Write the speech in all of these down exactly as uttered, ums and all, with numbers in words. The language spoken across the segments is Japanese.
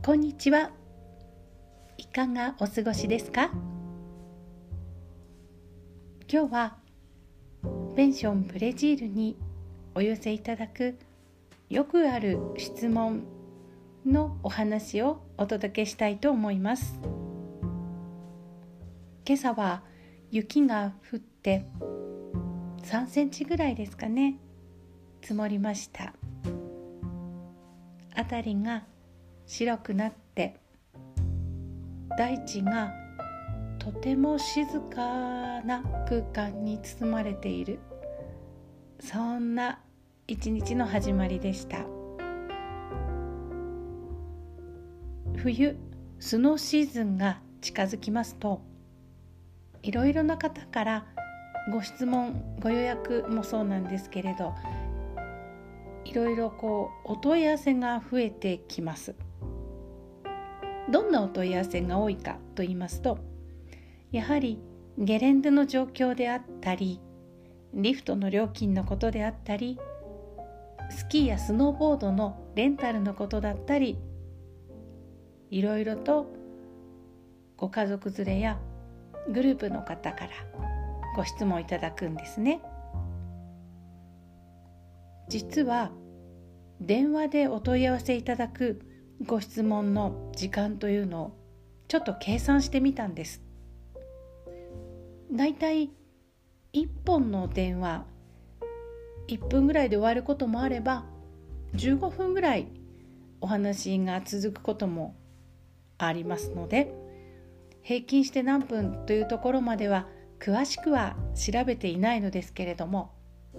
こんにちは。いかがお過ごしですか？今日はペンションプレジールにお寄せいただくよくある質問のお話をお届けしたいと思います。今朝は雪が降ってさんセンチぐらいですかね、積もりました。あたりが白くなって大地がとても静かな空間に包まれている、そんな一日の始まりでした。冬スノーシーズンが近づきますと、いろいろな方からご質問ご予約もそうなんですけれど、いろいろこうお問い合わせが増えてきます。どんなお問い合わせが多いかと言いますと、やはりゲレンデの状況であったり、リフトの料金のことであったり、スキーやスノーボードのレンタルのことだったり、いろいろとご家族連れやグループの方からご質問いただくんですね。実は電話でお問い合わせいただくご質問の時間というのをちょっと計算してみたんです。だいたいいっぽんの電話いっぷんぐらいで終わることもあれば、じゅうごふんぐらいお話が続くこともありますので、平均して何分というところまでは詳しくは調べていないのですけれども、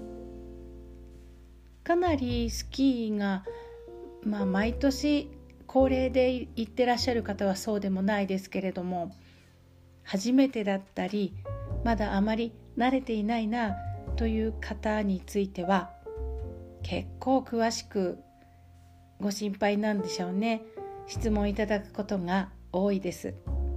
かなりスキーが、まあ、毎年恒例で行ってらっしゃる方はそうでもないですけれども、初めてだったりまだあまり慣れていないなという方については結構詳しくご心配なんでしょうね。質問いただくことが多いです。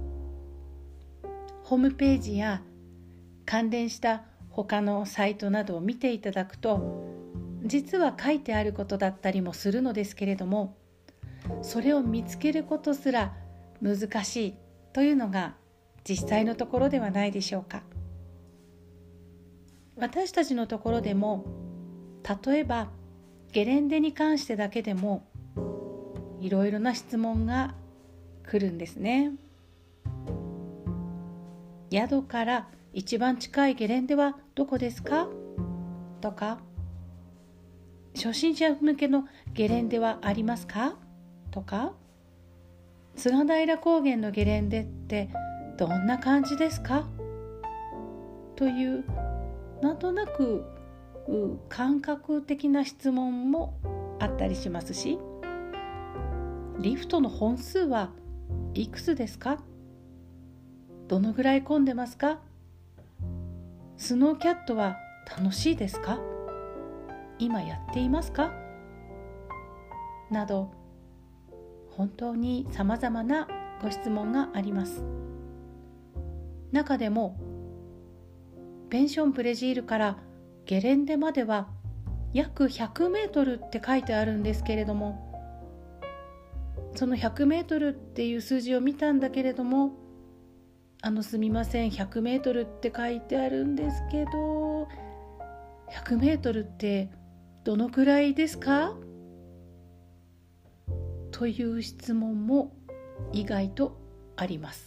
ホームページや関連した他のサイトなどを見ていただくと、実は書いてあることだったりもするのですけれども、それを見つけることすら難しいというのが実際のところではないでしょうか。私たちのところでも、例えばゲレンデに関してだけでもいろいろな質問が来るんですね。宿から一番近いゲレンデはどこですか？とか、初心者向けのゲレンデはありますか？とか、菅平高原のゲレンデってどんな感じですか？という、なんとなく感覚的な質問もあったりしますし、リフトの本数はいくつですか？どのぐらい混んでますか？スノーキャットは楽しいですか？今やっていますか？など、本当にさまざまなご質問があります。中でもペンションプレジールからゲレンデまでは約ひゃくメートルって書いてあるんですけれども、そのひゃくメートルっていう数字を見たんだけれども、あのすみません、ひゃくメートルって書いてあるんですけど、ひゃくメートルってどのくらいですか？という質問も意外とあります。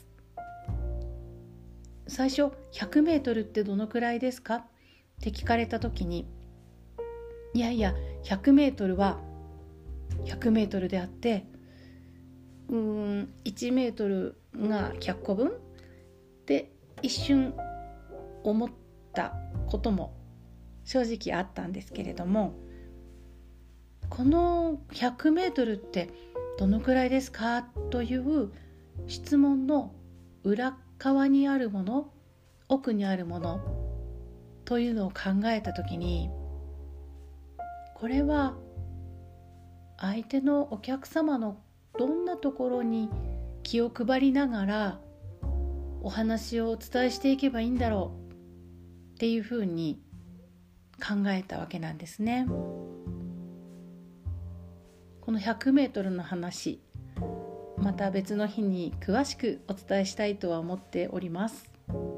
最初ひゃくメートルってどのくらいですかって聞かれたときに、いやいやひゃくメートルはひゃくメートルであって、うーんいちメートルがひゃっこぶんって一瞬思ったことも正直あったんですけれども、このひゃくメートルってどのくらいですかという質問の裏側にあるもの、奥にあるものというのを考えたときに、これは相手のお客様のどんなところに気を配りながらお話をお伝えしていけばいいんだろうっていうふうに考えたわけなんですね。このひゃくメートルの話、 また別の日に詳しくお伝えしたいとは思っております。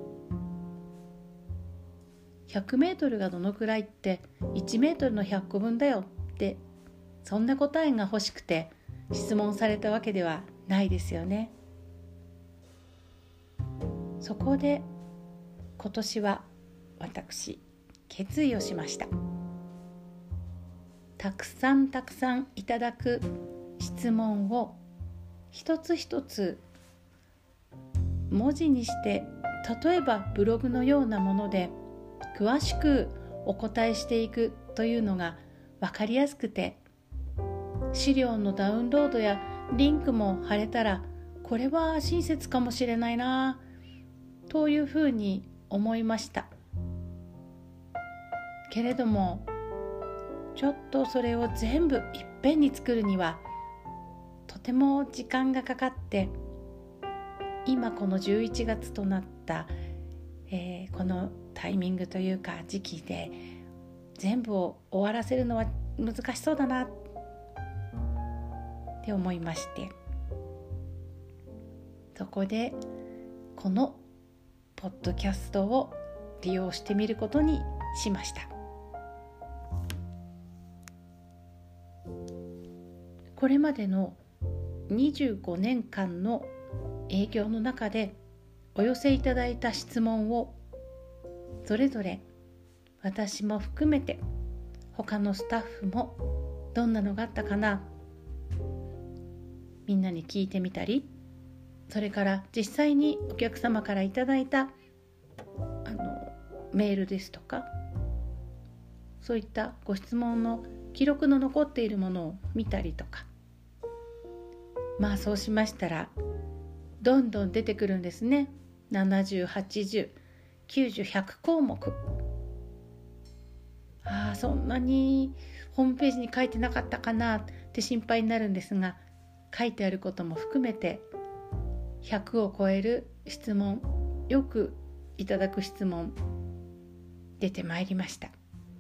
ひゃくメートルがどのくらいっていちメートルのひゃっこぶんだよって、そんな答えが欲しくて質問されたわけではないですよね。そこで今年は私決意をしました。たくさんたくさんいただく質問を一つ一つ文字にして、例えばブログのようなもので詳しくお答えしていくというのが分かりやすくて、資料のダウンロードやリンクも貼れたらこれは親切かもしれないなというふうに思いました。けれどもちょっとそれを全部いっぺんに作るにはとても時間がかかって、今このじゅういちがつとなった、えー、このタイミングというか時期で全部を終わらせるのは難しそうだなって思いまして、そこでこのポッドキャストを利用してみることにしました。これまでのにじゅうごねんかんの営業の中でお寄せいただいた質問をそれぞれ私も含めて他のスタッフもどんなのがあったかな、みんなに聞いてみたり、それから実際にお客様からいただいたあのメールですとか、そういったご質問の記録の残っているものを見たりとか、まあそうしましたらどんどん出てくるんですね。ななじゅう、はちじゅう、きゅうじゅう、ひゃくこうもく。ああ、そんなにホームページに書いてなかったかなって心配になるんですが、書いてあることも含めてひゃくを超える質問、よくいただく質問出てまいりました。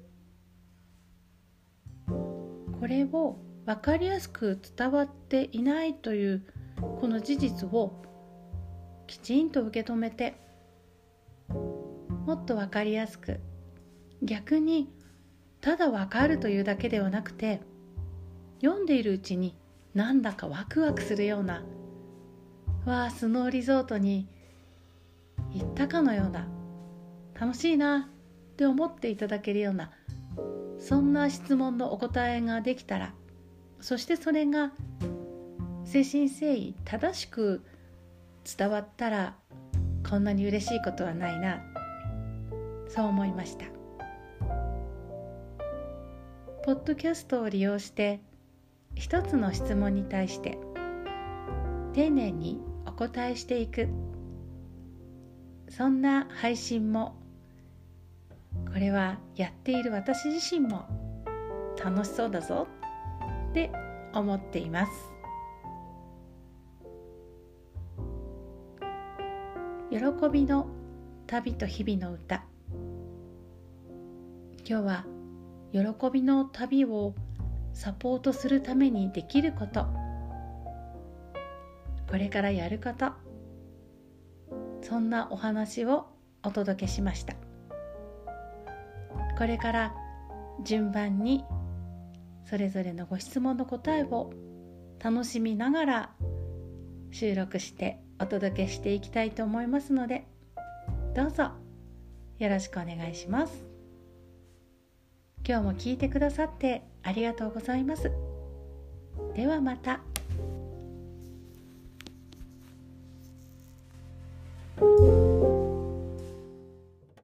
これを分かりやすく伝わっていないというこの事実をきちんと受け止めて、もっと分かりやすく、逆にただ分かるというだけではなくて、読んでいるうちになんだかワクワクするような、わあスノーリゾートに行ったかのような、楽しいなって思っていただけるような、そんな質問のお答えができたら、そしてそれが誠心誠意正しく伝わったら、こんなに嬉しいことはないな、そう思いました。ポッドキャストを利用して一つの質問に対して丁寧にお答えしていく、そんな配信も、これはやっている私自身も楽しそうだぞって思っています。喜びの旅と日々の歌。今日は喜びの旅をサポートするためにできること、これからやること、そんなお話をお届けしました。これから順番にそれぞれのご質問の答えを楽しみながら収録してお届けしていきたいと思いますので、どうぞよろしくお願いします。今日も聞いてくださってありがとうございます。ではまた。 うん。